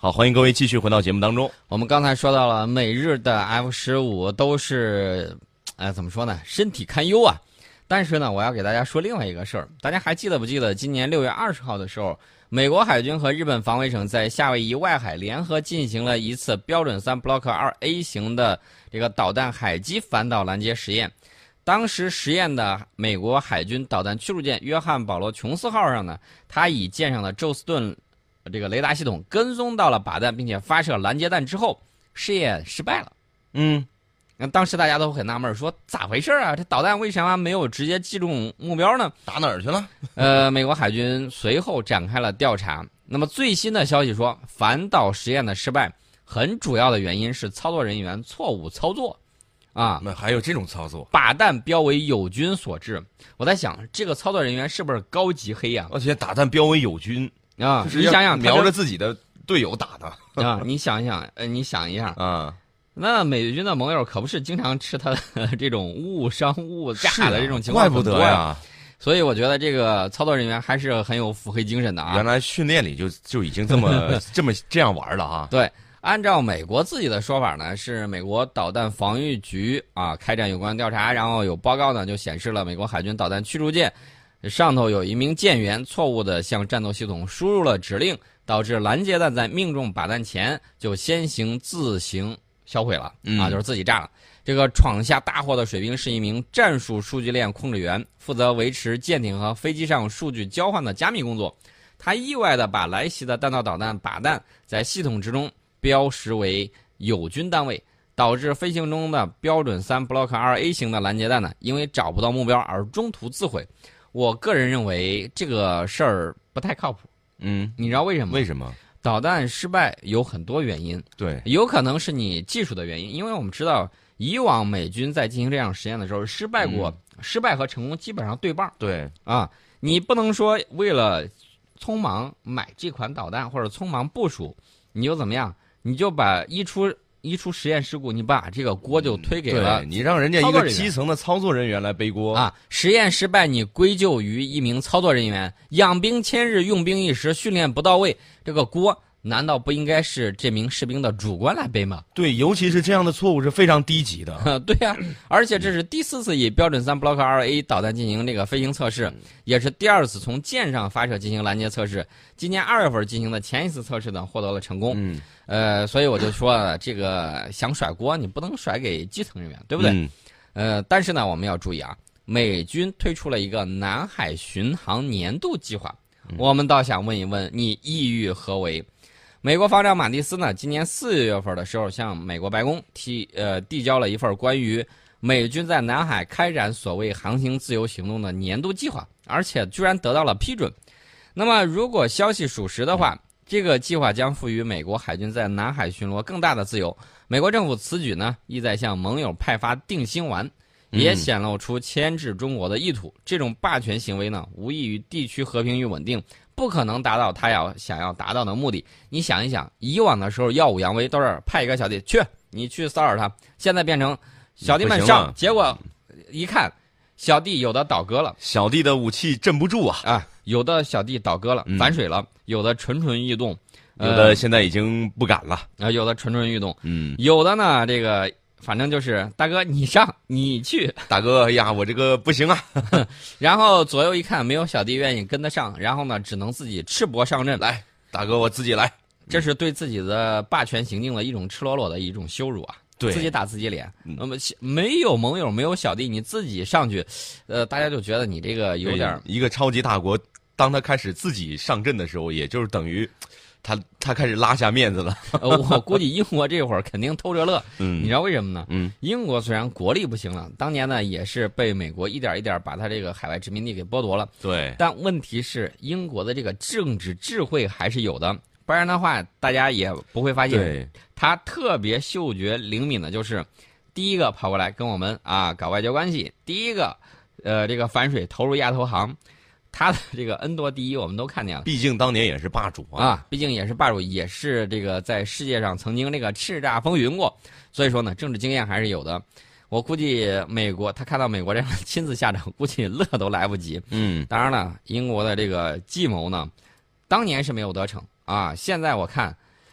好，欢迎各位继续回到节目当中。 我们刚才说到了美日的 F-15都是，怎么说呢，身体堪忧啊。但是呢，我要给大家说另外一个事儿，大家还记得不记得今年6月20号的时候，美国海军和日本防卫省在夏威夷外海联合进行了一次标准3 Block 2A 型的这个导弹海基反导拦截实验。当时实验的美国海军导弹驱逐舰约翰保罗琼斯号上呢，它以舰上的宙斯盾这个雷达系统跟踪到了靶弹，并且发射拦截弹之后，试验失败了。那当时大家都很纳闷，说咋回事啊？这导弹为什么没有直接击中目标呢？ 打哪儿去了？ 美国海军随后展开了调查。那么最新的消息说，反导实验的失败，很主要的原因是操作人员错误操作。 那还有这种操作？ 靶弹标为友军所致。我在想，这个操作人员是不是高级黑呀？ 而且打弹标为友军啊！你想想， 瞄着自己的队友打的啊！你想一想，你想一下啊。 那美军的盟友可不是经常吃他的这种误伤误炸的这种情况， 怪不得呀。 所以我觉得这个操作人员还是很有腹黑精神的啊。 原来训练里就已经这样玩了啊。 对，按照美国自己的说法呢，是美国导弹防御局开展有关调查，然后有报告呢就显示了美国海军导弹驱逐舰上头有一名舰员错误地向战斗系统输入了指令，导致拦截弹在命中靶弹前就自行销毁了就是自己炸了。这个闯下大祸的水兵是一名战术数据链控制员，负责维持舰艇和飞机上数据交换的加密工作。他意外地把来袭的弹道导弹靶弹在系统之中标识为友军单位，导致飞行中的标准3 Block 2A 型的拦截弹呢，因为找不到目标而中途自毁。我个人认为这个事儿不太靠谱。你知道为什么？ 为什么？ 导弹失败有很多原因， 对， 有可能是你技术的原因，因为我们知道以往美军在进行这样实验的时候失败过，失败和成功基本上对半。 对你不能说为了匆忙买这款导弹或者匆忙部署，你就怎么样，你就把一出实验事故，你把这个锅就推给了你让人家一个基层的操作人员来背锅实验失败你归咎于一名操作人员，养兵千日用兵一时，训练不到位，这个锅难道不应该是这名士兵的主观来背吗？ 对，尤其是这样的错误是非常低级的。 对呀，而且这是第4次以标准3 Block 2A 导弹进行这个飞行测试，也是第2次从舰上发射进行拦截测试。今年2月份进行的前一次测试呢，获得了成功。所以我就说了，这个想甩锅，你不能甩给基层人员，对不对？但是呢，我们要注意美军推出了一个南海巡航年度计划，我们倒想问一问，你意欲何为？美国防长马蒂斯呢，今年4月份的时候向美国白宫递交了一份关于美军在南海开展所谓航行自由行动的年度计划，而且居然得到了批准。那么如果消息属实的话，这个计划将赋予美国海军在南海巡逻更大的自由。美国政府此举呢，意在向盟友派发定心丸，也显露出牵制中国的意图。这种霸权行为呢，无异于地区和平与稳定，不可能达到他想要达到的目的。你想一想，以往的时候耀武扬威都是派一个小弟去，你去骚扰他，现在变成小弟们上，结果一看小弟有的倒戈了， 小弟的武器镇不住有的小弟倒戈了，反水了，有的蠢蠢欲动， 有的现在已经不敢了有的蠢蠢欲动，有的呢这个反正就是大哥你上你去， 大哥呀我这个不行然后左右一看没有小弟愿意跟得上，然后呢只能自己赤膊上阵， 来大哥我自己来， 这是对自己的霸权行径的一种赤裸裸的一种羞辱对，自己打自己脸。那么没有盟友没有小弟，你自己上去，大家就觉得你这个有点一个超级大国，当他开始自己上阵的时候，也就是等于他开始拉下面子了。 我估计英国这会儿肯定偷着乐。 你知道为什么呢？英国虽然国力不行了，当年呢也是被美国一点一点把他这个海外殖民地给剥夺了。 对。 但问题是，英国的这个政治智慧还是有的，不然的话，大家也不会发现他特别嗅觉灵敏的，就是第一个跑过来跟我们搞外交关系，第一个这个反水投入亚投行。他的这个恩多第一，我们都看见了。 毕竟当年也是霸主毕竟也是霸主，也是这个在世界上曾经这个叱咤风云过，所以说呢，政治经验还是有的。我估计美国他看到美国这样亲自下场，估计乐都来不及。当然了，英国的这个计谋呢，当年是没有得逞现在我看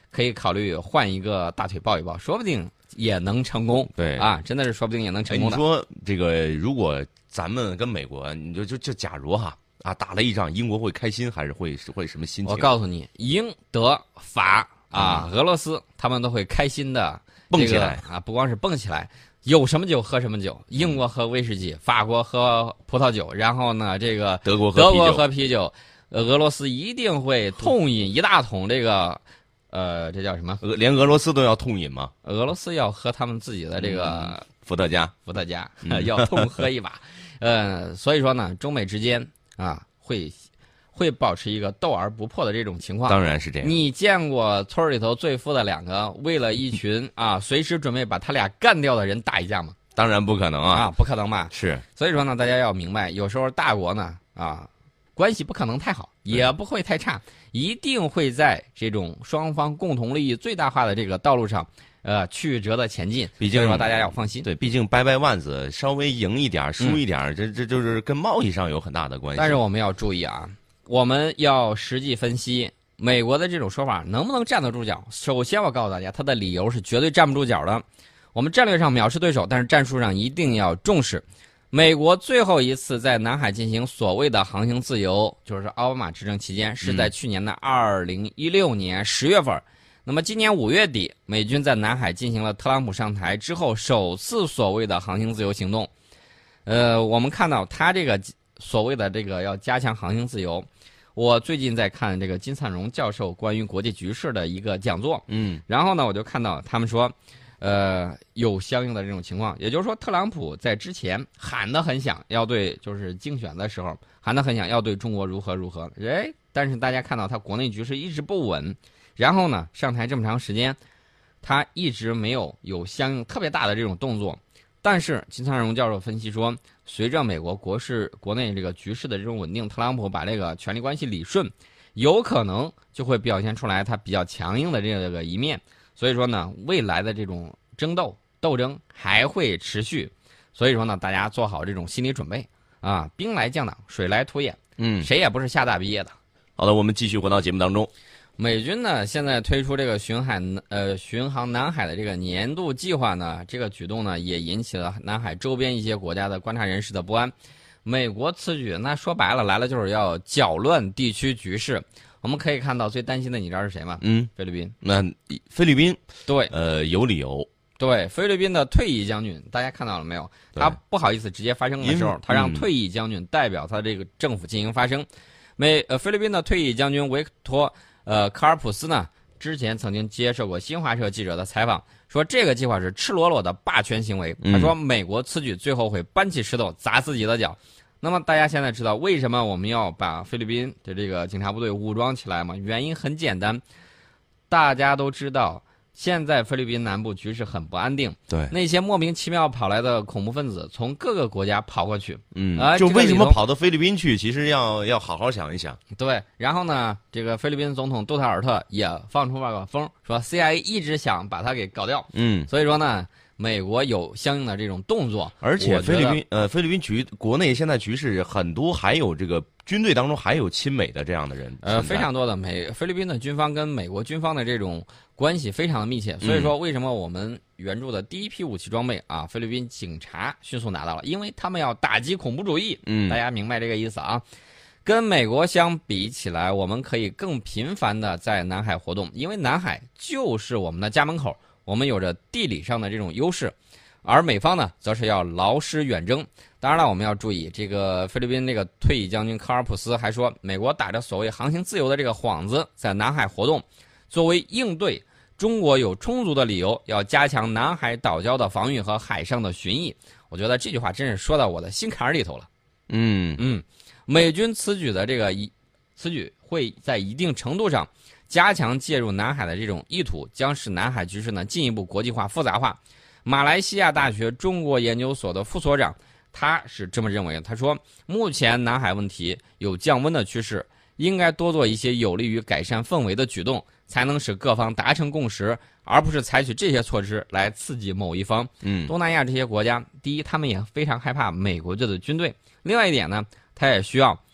可以考虑换一个大腿抱一抱，说不定也能成功。 对啊，真的是说不定也能成功的。 你说这个，如果咱们跟美国，你就假如哈啊打了一仗，英国会开心还是会什么心情？ 我告诉你，英德法啊，俄罗斯他们都会开心的蹦起来啊，不光是蹦起来。有什么酒喝什么酒，英国喝威士忌，法国喝葡萄酒，然后呢，这个德国喝啤酒，俄罗斯一定会痛饮一大桶这个，这叫什么？ 连俄罗斯都要痛饮吗？ 俄罗斯要喝他们自己的这个伏特加， 要痛喝一把。所以说呢，中美之间啊，会保持一个斗而不破的这种情况。 当然是这样。 你见过村里头最富的两个为了一群啊随时准备把他俩干掉的人打一架吗？ 当然不可能啊， 不可能吧？ 是。 所以说呢，大家要明白，有时候大国呢关系不可能太好，也不会太差，一定会在这种双方共同利益最大化的这个道路上曲折的前进。 毕竟说大家要放心。 对，毕竟掰腕子，稍微赢一点输一点，这就是跟贸易上有很大的关系。 但是我们要注意啊。我们要实际分析美国的这种说法能不能站得住脚。首先我告诉大家，它的理由是绝对站不住脚的。我们战略上藐视对手，但是战术上一定要重视。美国最后一次在南海进行所谓的航行自由，就是奥巴马执政期间，是在去年的2016年10月份。那么今年5月底，美军在南海进行了特朗普上台之后首次所谓的航行自由行动。我们看到他这个所谓的这个要加强航行自由。我最近在看这个金灿荣教授关于国际局势的一个讲座，然后呢，我就看到他们说，有相应的这种情况，也就是说，特朗普在之前喊得很响，要对就是竞选的时候喊得很响，要对中国如何如何，但是大家看到他国内局势一直不稳，然后呢，上台这么长时间，他一直没有相应特别大的这种动作。但是金灿荣教授分析说，随着美国国内这个局势的这种稳定，特朗普把这个权力关系理顺，有可能就会表现出来他比较强硬的这个一面。所以说呢，未来的这种斗争还会持续。所以说呢，大家做好这种心理准备啊，兵来将挡，水来土掩，谁也不是厦大毕业的。 好的，我们继续回到节目当中。 美军呢，现在推出这个巡航南海的这个年度计划呢，这个举动呢，也引起了南海周边一些国家的观察人士的不安。美国此举，那说白了来了就是要搅乱地区局势。我们可以看到，最担心的你知道是谁吗？菲律宾。 那菲律宾对， 有理由。 对，菲律宾的退役将军，大家看到了没有？他不好意思直接发声的时候，他让退役将军代表他这个政府进行发声。菲律宾的退役将军维克托科尔普斯呢，之前曾经接受过新华社记者的采访，说这个计划是赤裸裸的霸权行为。他说美国此举最后会搬起石头砸自己的脚。那么大家现在知道为什么我们要把菲律宾的这个警察部队武装起来吗？原因很简单，大家都知道现在菲律宾南部局势很不安定， 对， 那些莫名其妙跑来的恐怖分子从各个国家跑过去， 就为什么跑到菲律宾去？其实要好好想一想。 对，然后呢，这个菲律宾总统杜特尔特也放出个风，说 CIA 一直想把他给搞掉，所以说呢，美国有相应的这种动作， 而且菲律宾国内现在局势很多，还有这个军队当中还有亲美的这样的人， 非常多的菲律宾的军方跟美国军方的这种关系非常的密切，所以说为什么我们援助的第一批武器装备啊，菲律宾警察迅速拿到了，因为他们要打击恐怖主义，大家明白这个意思啊。跟美国相比起来，我们可以更频繁的在南海活动，因为南海就是我们的家门口，我们有着地理上的这种优势，而美方呢，则是要劳师远征。当然了，我们要注意，这个菲律宾这个退役将军科尔普斯还说，美国打着所谓航行自由的这个幌子，在南海活动，作为应对，中国有充足的理由要加强南海岛礁的防御和海上的巡弋。我觉得这句话真是说到我的心坎里头了。美军此举会在一定程度上加强介入南海的这种意图，将使南海局势呢进一步国际化复杂化。马来西亚大学中国研究所的副所长他是这么认为的，他说目前南海问题有降温的趋势，应该多做一些有利于改善氛围的举动，才能使各方达成共识，而不是采取这些措施来刺激某一方。东南亚这些国家，第一他们也非常害怕美国队的军队，另外一点呢，他也需要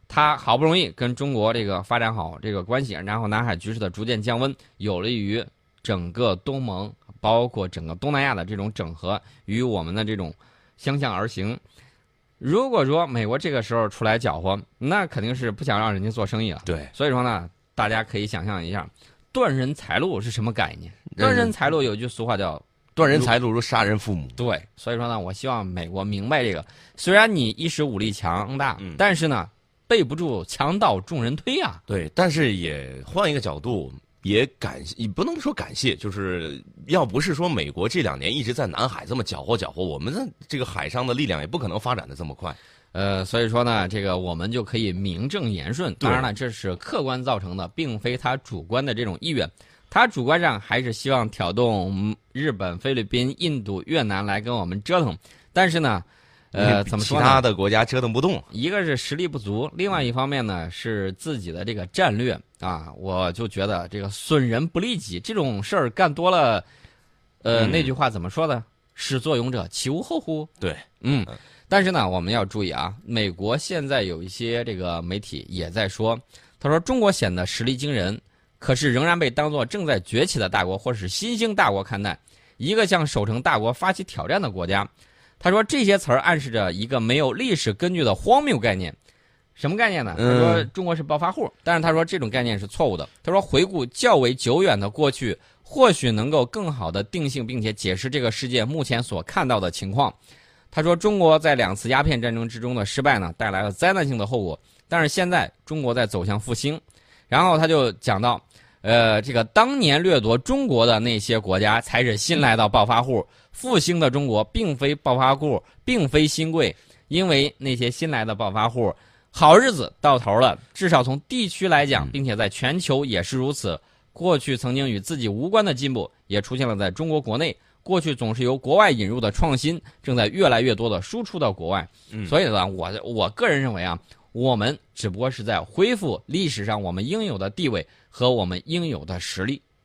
他好不容易跟中国这个发展好这个关系，然后南海局势的逐渐降温，有利于整个东盟，包括整个东南亚的这种整合与我们的这种相向而行。如果说美国这个时候出来搅和，那肯定是不想让人家做生意了。 对， 所以说呢，大家可以想象一下，断人财路是什么概念？断人财路有一句俗话叫断人财路如杀人父母。 对，所以说呢，我希望美国明白这个。虽然你一时武力强大，但是呢，背不住强盗众人推啊。 对，但是也换一个角度，也不能说感谢，就是要不是说美国这2年一直在南海这么搅和，我们的这个海上的力量也不可能发展的这么快。 所以说呢，这个我们就可以名正言顺。当然了，这是客观造成的，并非他主观的这种意愿。他主观上还是希望挑动日本、菲律宾、印度、越南来跟我们折腾，但是呢，怎么说呢？ 其他的国家折腾不动， 一个是实力不足，另外一方面呢是自己的这个战略啊。我就觉得这个损人不利己这种事儿干多了，那句话怎么说呢？始作俑者其无后乎？ 对， 但是呢，我们要注意啊，美国现在有一些这个媒体也在说，他说中国显得实力惊人，可是仍然被当作正在崛起的大国或者是新兴大国看待，一个向守成大国发起挑战的国家。他说这些词儿暗示着一个没有历史根据的荒谬概念。什么概念呢？他说中国是暴发户，但是他说这种概念是错误的。他说回顾较为久远的过去，或许能够更好的定性并且解释这个世界目前所看到的情况。他说中国在2次鸦片战争之中的失败呢，带来了灾难性的后果，但是现在中国在走向复兴。然后他就讲到这个当年掠夺中国的那些国家才是新来的暴发户，复兴的中国并非暴发户，并非新贵，因为那些新来的暴发户好日子到头了，至少从地区来讲，并且在全球也是如此。过去曾经与自己无关的进步也出现了在中国国内，过去总是由国外引入的创新正在越来越多的输出到国外。所以呢，我个人认为啊，我们只不过是在恢复历史上我们应有的地位和我们应有的实力。